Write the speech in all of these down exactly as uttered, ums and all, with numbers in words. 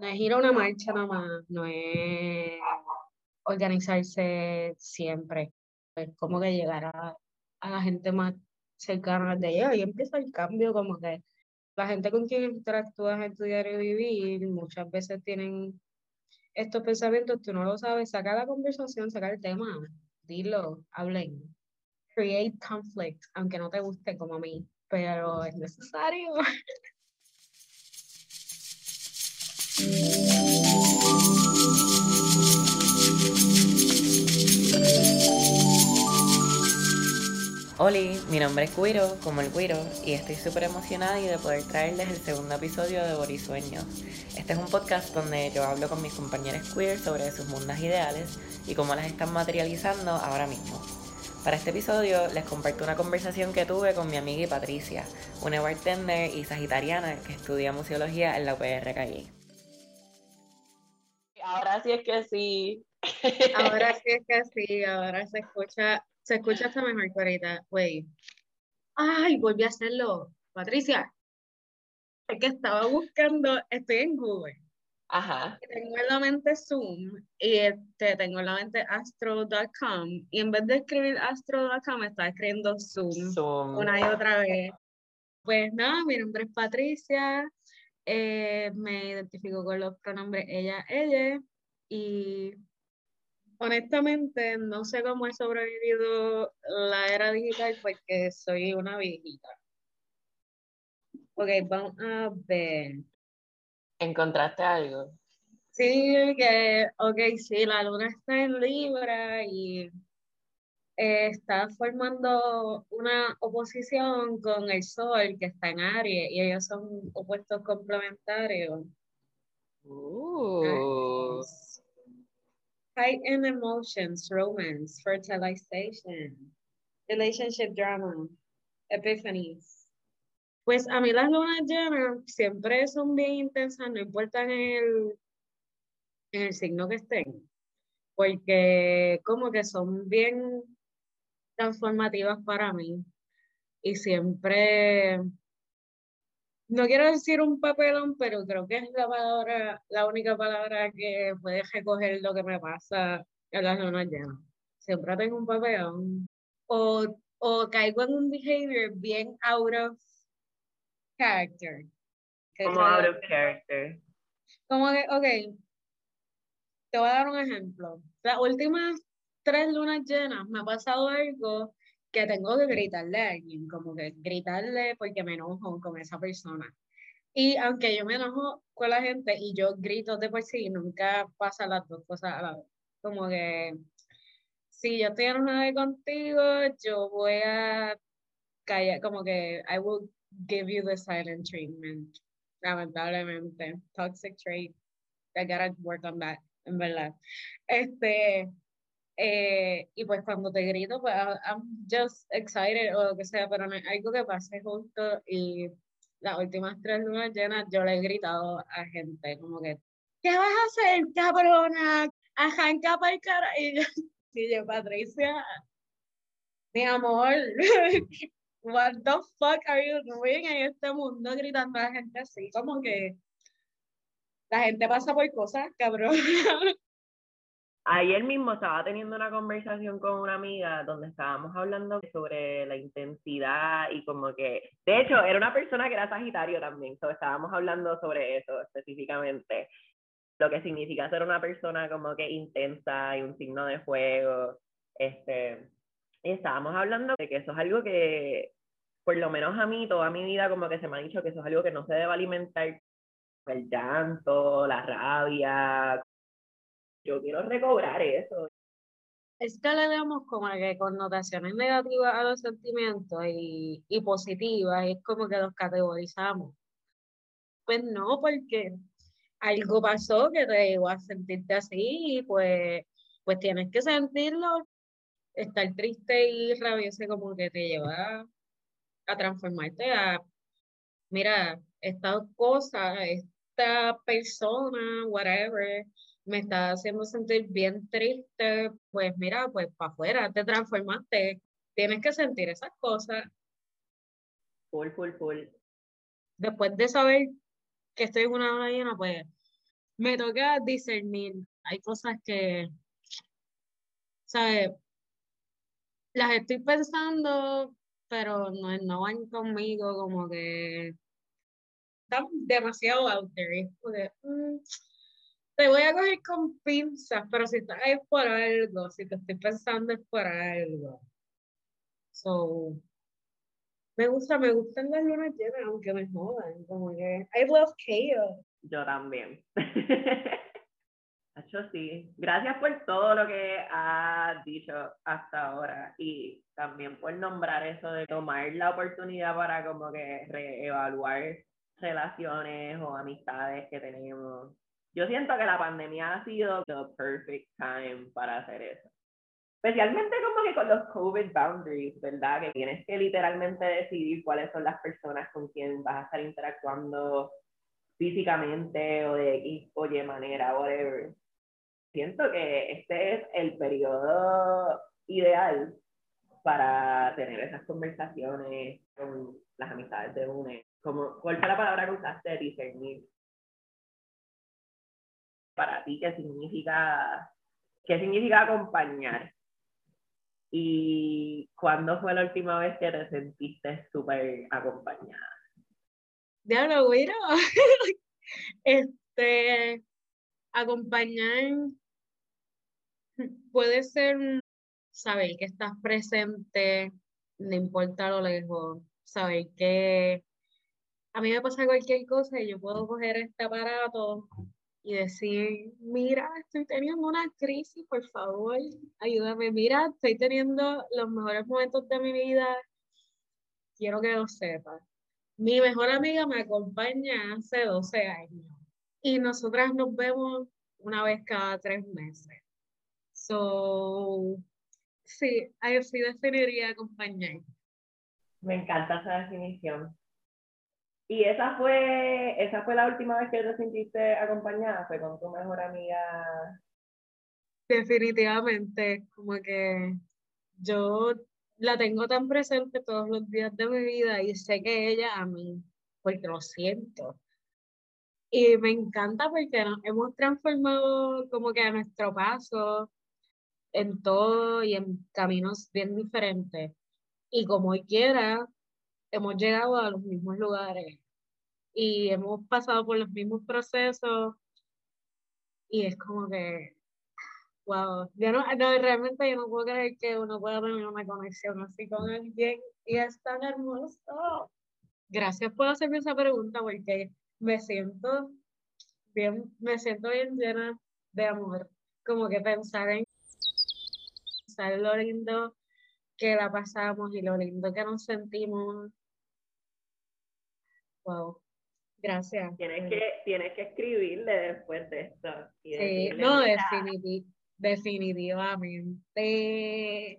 No es ir a una marcha nada más, no es organizarse siempre. Es como que llegar a, a la gente más cercana de ella y empieza el cambio, como que la gente con quien interactúas en tu diario vivir muchas veces tienen estos pensamientos, tú no lo sabes, saca la conversación, saca el tema, dilo, hablen, create conflict, aunque no te guste como a mí, pero es necesario. Hola, mi nombre es Cuiro, como el Cuiro, y estoy súper emocionada y de poder traerles el segundo episodio de Borisueños. Este es un podcast donde yo hablo con mis compañeros queer sobre sus mundas ideales y cómo las están materializando ahora mismo. Para este episodio les comparto una conversación que tuve con mi amiga Patricia, una bartender y sagitariana que estudia museología en la U P R K I. Ahora sí es que sí. Ahora sí es que sí, ahora se escucha, se escucha hasta mejor que ahorita. Wait. Ay, volví a hacerlo. Patricia, es que estaba buscando, estoy en Google. Ajá. Tengo en la mente Zoom y este, tengo en la mente astro punto com y en vez de escribir astro punto com estaba escribiendo Zoom Zoom. una y otra vez. Pues nada, mi nombre es Patricia, eh, me identifico con los pronombres ella, ella y honestamente no sé cómo he sobrevivido la era digital porque soy una viejita. Ok, vamos a ver. ¿Encontraste algo? Sí, que, ok, sí, la luna está en Libra y eh, está formando una oposición con el Sol que está en Aries y ellos son opuestos complementarios. Uh. Nice. Heightened emotions, romance, fertilization, relationship drama, epiphanies. Pues a mí las lunas llenas siempre son bien intensas, no importa en el, en el signo que estén, porque como que son bien transformativas para mí y siempre, no quiero decir un papelón, pero creo que es la palabra, la única palabra que puede recoger lo que me pasa en las lunas llenas. Siempre tengo un papelón o, o caigo en un behavior bien out of character. ¿Qué Como quiero out of decir? character. Como que, ok, te voy a dar un ejemplo. Las últimas tres lunas llenas me ha pasado algo que tengo que gritarle a alguien, como que gritarle porque me enojo con esa persona. Y aunque yo me enojo con la gente y yo grito de por sí, nunca pasa las dos cosas a la vez. Como que si yo estoy enojada contigo, yo voy a callar, como que I will give you the silent treatment. Lamentablemente. Toxic trait. I gotta work on that, en verdad. Este, eh, y pues cuando te grito, pues I- I'm just excited o lo que sea, pero no es algo que pase justo y las últimas tres lunas llenas yo le he gritado a gente como que, ¿qué vas a hacer, cabrona? Arranca para el cara. Y yo, y yo, Patricia, mi amor, what the fuck are you doing en este mundo gritando a la gente así? Como que la gente pasa por cosas, cabrón. Ayer mismo estaba teniendo una conversación con una amiga donde estábamos hablando sobre la intensidad y como que, de hecho, era una persona que era Sagitario también, so estábamos hablando sobre eso específicamente, lo que significa ser una persona como que intensa y un signo de fuego, este, y estábamos hablando de que eso es algo que, por lo menos a mí, toda mi vida como que se me ha dicho que eso es algo que no se debe alimentar, el llanto, la rabia. Yo quiero recobrar eso. Es que le damos como que connotaciones negativas a los sentimientos y, y positivas, y es como que los categorizamos. Pues no, porque algo pasó que te llevó a sentirte así, y pues, pues tienes que sentirlo. Estar triste y rabioso como que te lleva a transformarte a, mira, esta cosa, esta persona, whatever, me está haciendo sentir bien triste, pues mira, pues para afuera, te transformaste, tienes que sentir esas cosas. Full, full, full. Después de saber que estoy en una hora llena, pues me toca discernir. Hay cosas que, ¿sabes? Las estoy pensando, pero no, no van conmigo, como que están demasiado out there. Es como que, mm, te voy a coger con pinzas, pero si estás ahí por algo, si te estoy pensando es por algo. So, me gusta, me gustan las lunas llenas, aunque me jodan, como que I love chaos. Yo también. Hacho, sí. Gracias por todo lo que has dicho hasta ahora y también por nombrar eso de tomar la oportunidad para como que reevaluar relaciones o amistades que tenemos. Yo siento que la pandemia ha sido the perfect time para hacer eso. Especialmente como que con los COVID boundaries, ¿verdad? Que tienes que literalmente decidir cuáles son las personas con quien vas a estar interactuando físicamente o de X o Y manera, whatever. Siento que este es el periodo ideal para tener esas conversaciones con las amistades de uno. Como, ¿cuál fue la palabra que usaste? Discernir. Para ti, ¿qué significa, qué significa acompañar? ¿Y cuándo fue la última vez que te sentiste súper acompañada? Diablo, güiro. Este, acompañar puede ser saber que estás presente, no importa lo lejos, saber que a mí me pasa cualquier cosa y yo puedo coger este aparato y decir, mira, estoy teniendo una crisis, por favor, ayúdame, mira, estoy teniendo los mejores momentos de mi vida, quiero que lo sepas. Mi mejor amiga me acompaña hace doce años y nosotras nos vemos una vez cada tres meses. So, sí, así definiría acompañar. Me encanta esa definición. ¿Y esa fue, esa fue la última vez que te sentiste acompañada? ¿Fue con tu mejor amiga? Definitivamente, como que yo la tengo tan presente todos los días de mi vida y sé que ella a mí, porque lo siento. Y me encanta porque nos hemos transformado como que a nuestro paso en todo y en caminos bien diferentes. Y como quiera, hemos llegado a los mismos lugares y hemos pasado por los mismos procesos y es como que, wow, yo no, no, realmente yo no puedo creer que uno pueda tener una conexión así con alguien y es tan hermoso. Gracias por hacerme esa pregunta porque me siento bien, me siento bien llena de amor. Como que pensar en pensar lo lindo que la pasamos y lo lindo que nos sentimos. Wow, gracias. Tienes que, tienes que escribirle después de esto y Sí, decirle, no, mira, definiti- definitivamente.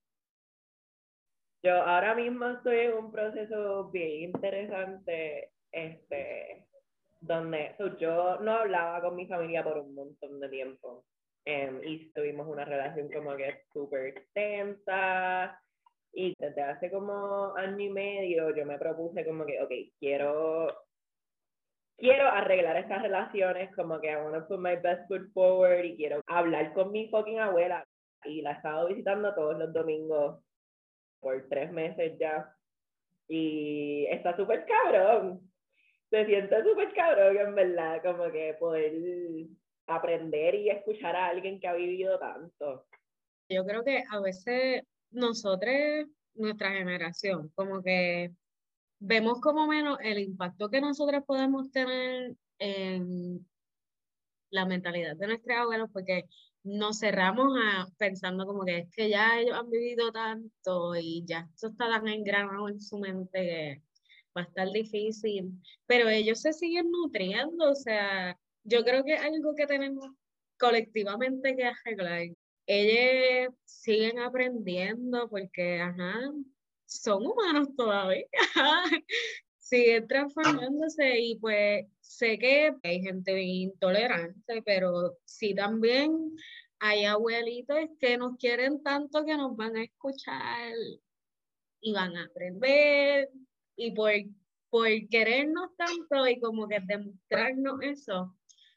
yo ahora mismo estoy en un proceso bien interesante, este, donde so, yo no hablaba con mi familia por un montón de tiempo. Um, y tuvimos una relación como que súper tensa. Y desde hace como año y medio yo me propuse como que, ok, quiero, quiero arreglar estas relaciones, como que I want to put my best foot forward y quiero hablar con mi fucking abuela. Y la he estado visitando todos los domingos por tres meses ya. Y está súper cabrón. Se siente súper cabrón, en verdad, como que poder aprender y escuchar a alguien que ha vivido tanto. Yo creo que a veces nosotros, nuestra generación, como que vemos como menos el impacto que nosotros podemos tener en la mentalidad de nuestros abuelos, porque nos cerramos a pensando como que es que ya ellos han vivido tanto y ya esto está tan engranado en su mente que va a estar difícil, pero ellos se siguen nutriendo, o sea, yo creo que es algo que tenemos colectivamente que arreglar. Ellos siguen aprendiendo porque, ajá, son humanos todavía, siguen transformándose y pues sé que hay gente bien intolerante, pero sí también hay abuelitos que nos quieren tanto que nos van a escuchar y van a aprender y por, por querernos tanto y como que demostrarnos eso,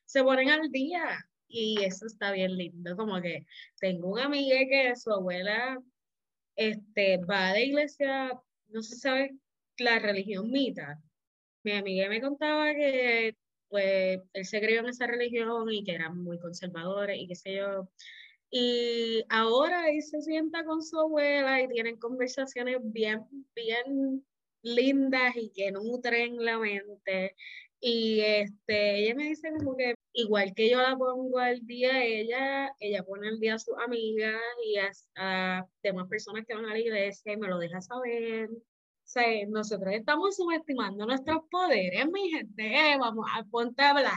se ponen al día y eso está bien lindo, como que tengo una amiga que su abuela este, va de iglesia, no se sabe la religión mita. Mi amiga me contaba que pues él se crió en esa religión y que eran muy conservadores y qué sé yo. Y ahora él se sienta con su abuela y tienen conversaciones bien, bien lindas y que nutren la mente. Y este, ella me dice como que igual que yo la pongo al día, ella, ella pone al día a sus amigas y a, a demás personas que van a la iglesia y me lo deja saber. O sea, nosotros estamos subestimando nuestros poderes, mi gente. eh, Vamos a ponte a hablar.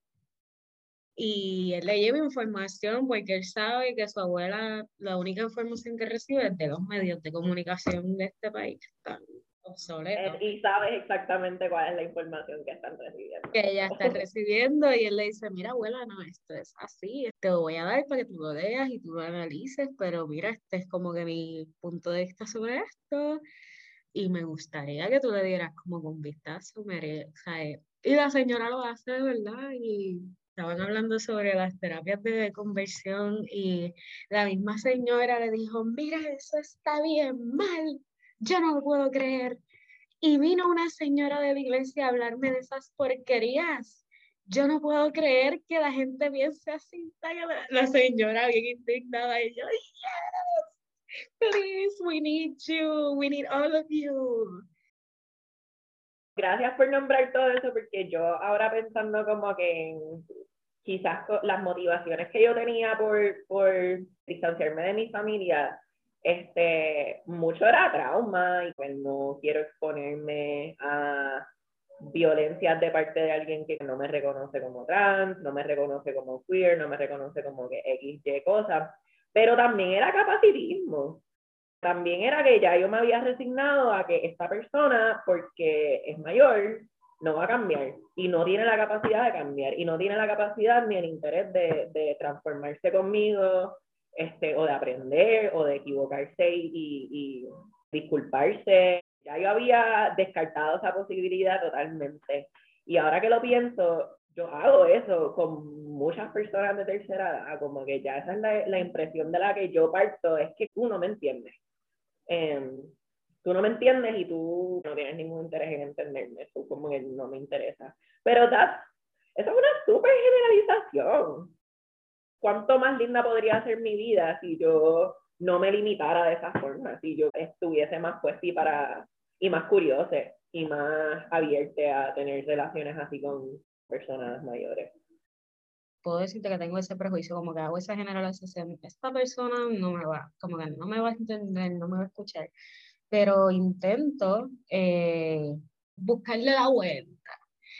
Y él le lleva información porque él sabe que su abuela, la única información que recibe es de los medios de comunicación de este país, que están Eh, obsoletos, y sabes exactamente cuál es la información que están recibiendo. que ella está recibiendo y él le dice, mira abuela, no, esto es así, te lo voy a dar para que tú lo leas y tú lo analices, pero mira, este es como que mi punto de vista sobre esto y me gustaría que tú le dieras como que un vistazo, mere- o sea, eh, y la señora lo hace de verdad y estaban hablando sobre las terapias de conversión y la misma señora le dijo, mira, eso está bien mal, yo no lo puedo creer. Y vino una señora de la iglesia a hablarme de esas porquerías. Yo no puedo creer que la gente piense así. La señora bien indignada y yo, yes, please, we need you, we need all of you. Gracias por nombrar todo eso, porque yo ahora pensando como que en quizás las motivaciones que yo tenía por, por distanciarme de mi familia, este, mucho era trauma y pues no quiero exponerme a violencias de parte de alguien que no me reconoce como trans, no me reconoce como queer, no me reconoce como que X, Y cosas, pero también era capacitismo. También era que ya yo me había resignado a que esta persona, porque es mayor, no va a cambiar y no tiene la capacidad de cambiar y no tiene la capacidad ni el interés de, de transformarse conmigo, este, o de aprender o de equivocarse y, y, y disculparse. Ya yo había descartado esa posibilidad totalmente. Y ahora que lo pienso, yo hago eso con muchas personas de tercera edad, como que ya esa es la, la impresión de la que yo parto, es que tú no me entiendes. Eh, tú no me entiendes y tú no tienes ningún interés en entenderme, tú como que no me interesa. Pero that, eso es una súper generalización. ¿Cuánto más linda podría ser mi vida si yo no me limitara de esa forma, si yo estuviese más pues sí para, y más curiosa y más abierta a tener relaciones así con personas mayores? Puedo decirte que tengo ese prejuicio, como que hago esa generalización. Esta persona no me va, como que no me va a entender, no me va a escuchar, pero intento eh, buscarle la vuelta,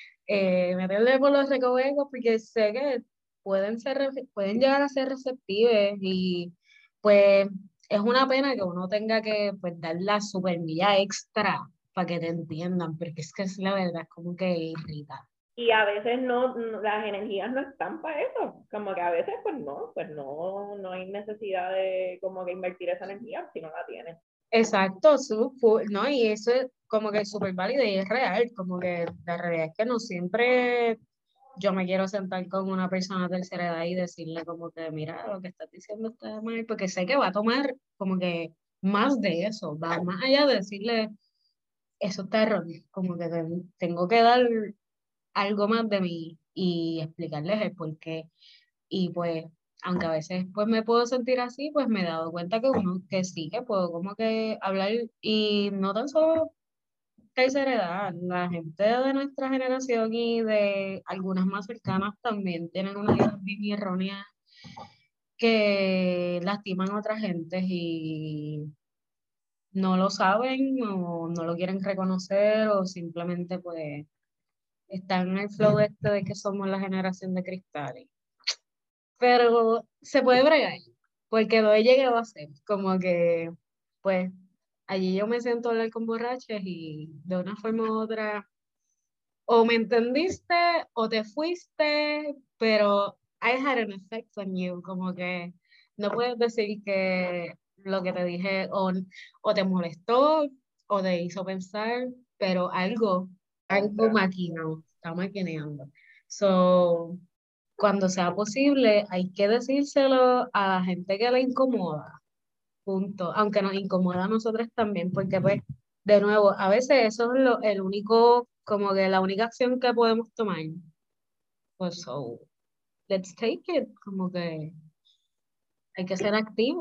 eh, meterle por los recovecos porque sé que pueden ser, re- pueden llegar a ser receptivos y pues es una pena que uno tenga que pues dar la super milla extra para que te entiendan, porque es que es la verdad, es como que irrita. Y a veces no, no, las energías no están para eso, como que a veces pues no, pues no, no hay necesidad de como que invertir esa energía si no la tienes. Exacto, su- fu- ¿no? Y eso es como que súper válido y es real, como que la realidad es que no siempre yo me quiero sentar con una persona de tercera edad y decirle como que, mira, lo que estás diciendo está mal, porque sé que va a tomar como que más de eso, va más allá de decirle, eso está erróneo, como que ten- tengo que dar algo más de mí y explicarles el por qué. Y pues, aunque a veces pues me puedo sentir así, pues me he dado cuenta que uno, que sí, que puedo como que hablar y no tan solo tercera edad, la gente de nuestra generación y de algunas más cercanas también tienen una idea bien errónea que lastiman a otra gente y no lo saben o no lo quieren reconocer o simplemente pues están en el flow este de que somos la generación de cristal. Pero se puede bregar, porque lo he llegado a hacer, como que, pues, allí yo me siento a hablar con borrachos y de una forma u otra, o me entendiste o te fuiste, pero I had an effect on you, como que no puedes decir que lo que te dije o, o te molestó o te hizo pensar, pero algo, algo Contra. maquinó, está maquineando. So, cuando sea posible, hay que decírselo a la gente que le incomoda, punto. Aunque nos incomoda a nosotros también, porque pues, de nuevo, a veces eso es lo, el único, como que la única acción que podemos tomar. Pues so, let's take it, como que hay que ser activos.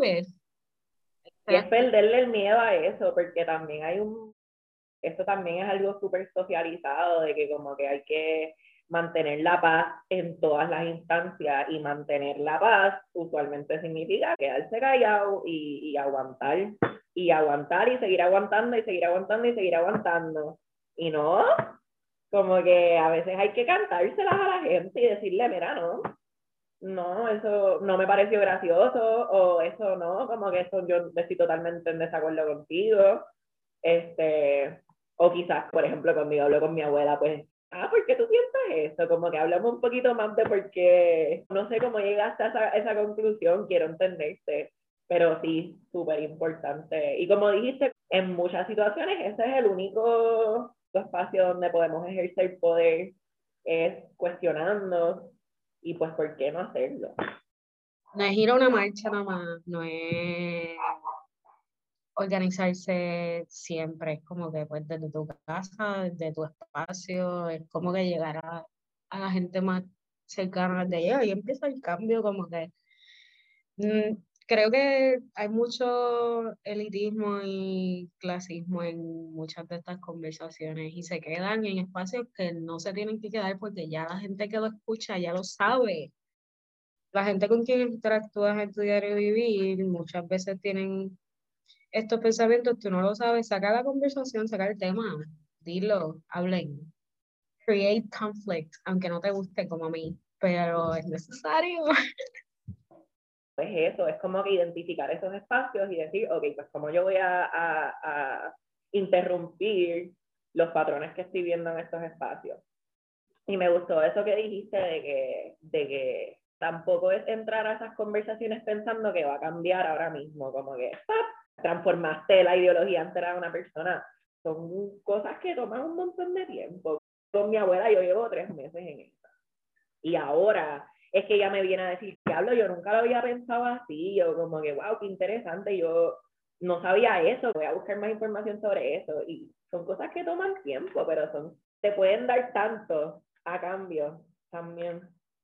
Y Ser es activos. perderle el miedo a eso, porque también hay un, esto también es algo súper socializado, de que como que hay que mantener la paz en todas las instancias, y mantener la paz usualmente significa quedarse callado y, y aguantar, y aguantar y seguir aguantando y seguir aguantando y seguir aguantando. Y no, como que a veces hay que cantárselas a la gente y decirle, mira, no, no, eso no me pareció gracioso, o eso no, como que eso yo estoy totalmente en desacuerdo contigo. Este, o quizás, por ejemplo, cuando yo hablo con mi abuela, pues, ah, ¿por qué tú piensas eso? Como que hablamos un poquito más de por qué, no sé cómo llegaste a esa, esa conclusión, quiero entenderte, pero sí, súper importante. Y como dijiste, en muchas situaciones ese es el único espacio donde podemos ejercer poder, es cuestionando, y pues, ¿por qué no hacerlo? No es ir a una marcha nada más, no es organizarse siempre, es como que pues desde tu casa, desde tu espacio, es como que llegar a, a la gente más cercana de ella y empieza el cambio, como que mm, creo que hay mucho elitismo y clasismo en muchas de estas conversaciones y se quedan en espacios que no se tienen que quedar porque ya la gente que lo escucha ya lo sabe. La gente con quien interactúas en tu diario vivir muchas veces tienen estos pensamientos, tú no lo sabes, saca la conversación, saca el tema, dilo, hablen, create conflict, aunque no te guste como a mí, pero es necesario. Pues eso, es como que identificar esos espacios y decir, ok, pues como yo voy a, a, a interrumpir los patrones que estoy viendo en estos espacios. Y me gustó eso que dijiste de que, de que tampoco es entrar a esas conversaciones pensando que va a cambiar ahora mismo, como que ¡pap! Transformaste la ideología entera de una persona. Son cosas que toman un montón de tiempo. Con mi abuela yo llevo tres meses en eso. Y ahora es que ella me viene a decir, diablo, yo nunca lo había pensado así, yo como que, wow, qué interesante, yo no sabía eso, voy a buscar más información sobre eso. Y son cosas que toman tiempo, pero son, te pueden dar tanto a cambio también.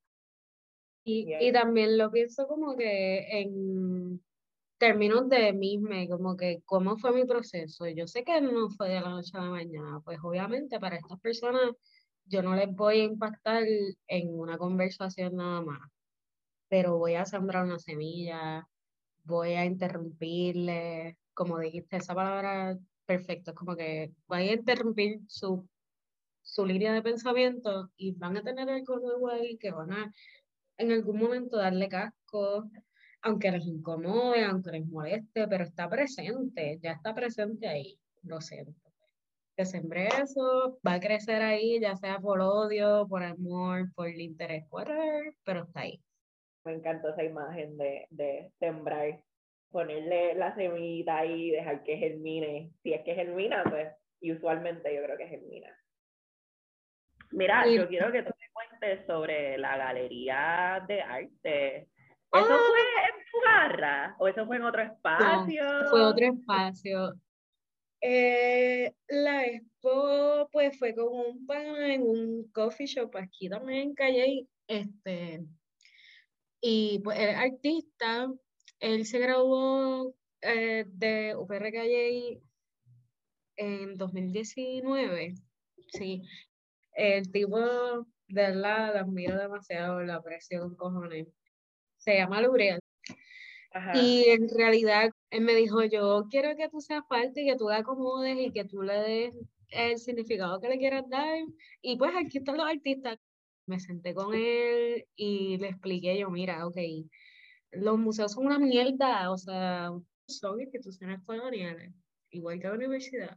Y, Yeah. y también lo pienso como que en términos de mí, me- como que cómo fue mi proceso. Yo sé que no fue de la noche a la mañana, pues obviamente para estas personas yo no les voy a impactar en una conversación nada más, pero voy a sembrar una semilla, voy a interrumpirle, como dijiste, esa palabra perfecta, es como que voy a interrumpir su, su línea de pensamiento y van a tener algo nuevo ahí que van a en algún momento darle casco, aunque les incomode, aunque les moleste, pero está presente, ya está presente ahí, lo siento. Que sembré eso, va a crecer ahí, ya sea por odio, por amor, por el interés, whatever, pero está ahí. Me encantó esa imagen de, de sembrar, ponerle la semillita ahí y dejar que germine. Si es que germina, pues, y usualmente yo creo que germina. Mira, Y, yo quiero que tú me cuentes sobre la galería de arte. ¿Eso fue ah, en tu barra o eso fue en otro no, fue espacio? otro espacio. Eh, la expo, pues fue con un pan en un coffee shop aquí también en Calle, este, y pues él es artista, él se graduó eh, de U P R Calle en dos mil diecinueve, sí, el tipo de verdad lo admiro demasiado, lo aprecio con cojones, se llama Luriel, Ajá. y en realidad él me dijo, yo quiero que tú seas parte y que tú la acomodes y que tú le des el significado que le quieras dar, y pues aquí están los artistas. Me senté con él y le expliqué yo, mira, ok, los museos son una mierda, o sea, son instituciones coloniales, igual que la universidad.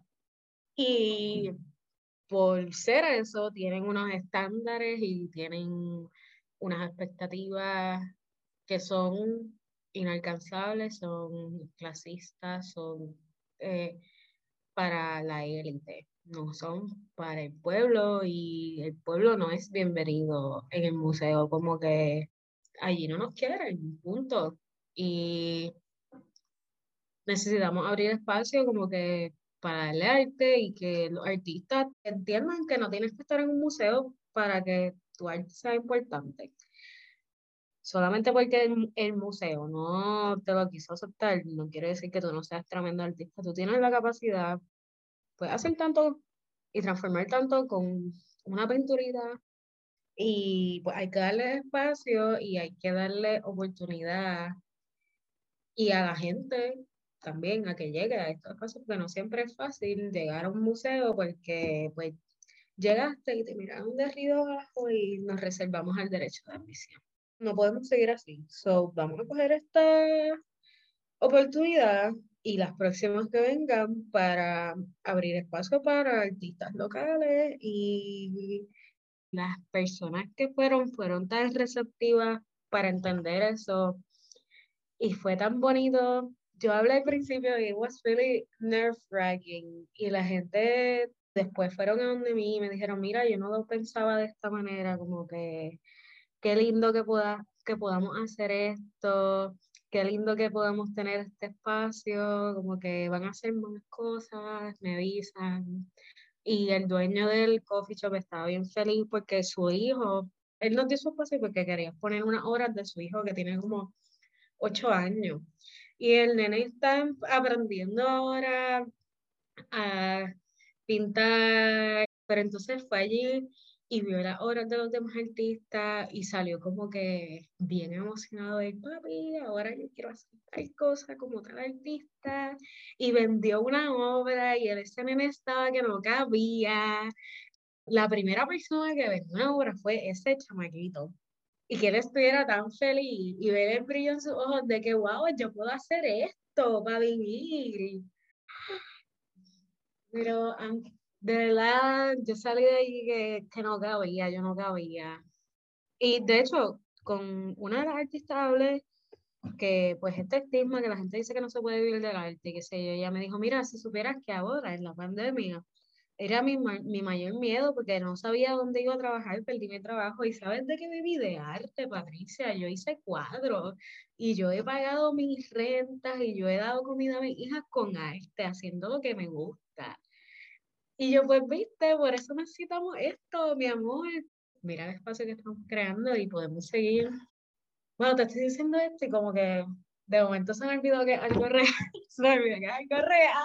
Y por ser eso, tienen unos estándares y tienen unas expectativas que son inalcanzables, son clasistas, son eh, para la élite. no son para el pueblo y el pueblo no es bienvenido en el museo, como que allí no nos quieren, punto. Y necesitamos abrir espacio como que para el arte y que los artistas entiendan que no tienes que estar en un museo para que tu arte sea importante. Solamente porque el, el museo no te lo quiso aceptar, no quiere decir que tú no seas tremendo artista. Tú tienes la capacidad, puedes hacer tanto y transformar tanto con una pinturita y pues hay que darle espacio y hay que darle oportunidad y a la gente también a que llegue a estos espacios, porque no siempre es fácil llegar a un museo porque pues llegaste y te miraron de arriba abajo y nos reservamos el derecho de admisión. No podemos seguir así. So, vamos a coger esta oportunidad y las próximas que vengan para abrir espacio para artistas locales y las personas que fueron fueron tan receptivas para entender eso y fue tan bonito. Yo hablé al principio y it was really nerve-wracking y la gente después fueron a donde mí y me dijeron, mira, yo no lo pensaba de esta manera, como que qué lindo que, pueda, que podamos hacer esto, qué lindo que podamos tener este espacio, como que van a hacer más cosas, me avisan. Y el dueño del coffee shop estaba bien feliz porque su hijo, él nos dio su espacio porque quería poner unas obras de su hijo que tiene como ocho años. Y el nene está aprendiendo ahora a pintar, pero entonces fue allí y vio las obras de los demás artistas y salió como que bien emocionado de, papi, ahora yo quiero hacer tal cosa como tal artista, y vendió una obra y el ese nene estaba que no cabía. La primera persona que vendió una obra fue ese chamaquito. Y que él estuviera tan feliz y ver el brillo en sus ojos de que, wow, yo puedo hacer esto para vivir. Pero am- de verdad, yo salí de ahí que, que no cabía, yo no cabía. Y de hecho, con una de las artistas hablé que pues este estigma que la gente dice que no se puede vivir del arte, que sé yo, ella me dijo, mira, si supieras que ahora en la pandemia era mi, ma- mi mayor miedo porque no sabía dónde iba a trabajar, perdí mi trabajo y ¿sabes de qué viví? De arte, Patricia, yo hice cuadros y yo he pagado mis rentas y yo he dado comida a mis hijas con arte, haciendo lo que me gusta. Y yo, pues, viste, por eso necesitamos esto, mi amor. Mira el espacio que estamos creando y podemos seguir. Bueno, te estoy diciendo esto y como que de momento se me olvidó que es algo real. Se me olvidó que es algo real.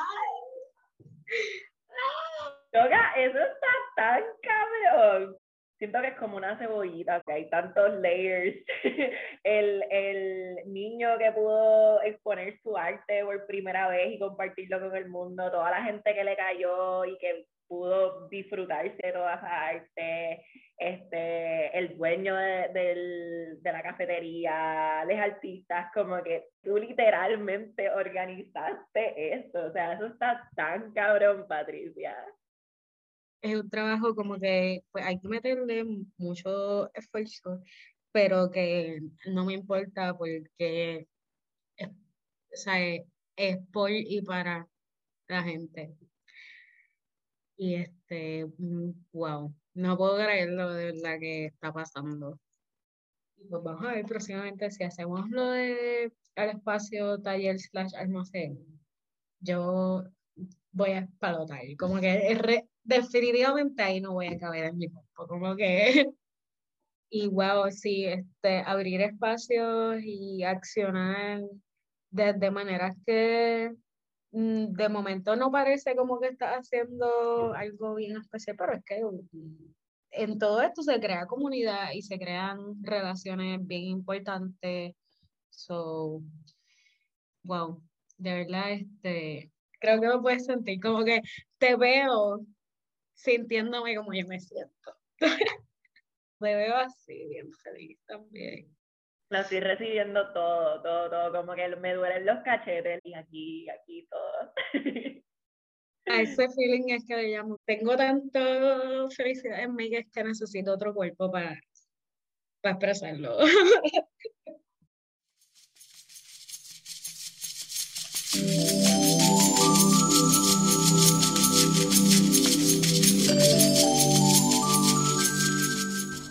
Yoga, eso está tan cabrón. Siento que es como una cebollita, que hay tantos layers. El, el niño que pudo exponer su arte por primera vez y compartirlo con el mundo, toda la gente que le cayó y que pudo disfrutarse de toda esa arte, este, el dueño de, del, de la cafetería, los artistas, como que tú literalmente organizaste eso. O sea, eso está tan cabrón, Patricia. Es un trabajo como que pues hay que meterle mucho esfuerzo, pero que no me importa porque es, o sea, es, es por y para la gente. Y este, mm, wow, no puedo creerlo de verdad que está pasando. Y pues vamos a ver próximamente si hacemos lo de el espacio taller slash almacén. Yo voy a explotar, como que es re- definitivamente ahí no voy a caber en mi cuerpo, como que y wow, sí, este, abrir espacios y accionar de, de maneras que mm, de momento no parece como que estás haciendo algo bien especial, pero es que mm, en todo esto se crea comunidad y se crean relaciones bien importantes. So, wow, de verdad, este, creo que me puedes sentir como que te veo sintiéndome como yo me siento. Me veo así, bien feliz también. Lo estoy recibiendo todo, todo, todo, como que me duelen los cachetes y aquí, aquí, todo. A ese feeling es que le llamo. Tengo tanto felicidad en mí que es que necesito otro cuerpo para, para expresarlo.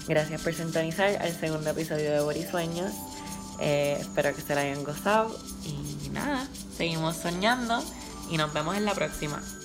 Gracias por sintonizar al segundo episodio de Borisueños. Eh, espero que se la hayan gozado. Y nada, seguimos soñando y nos vemos en la próxima.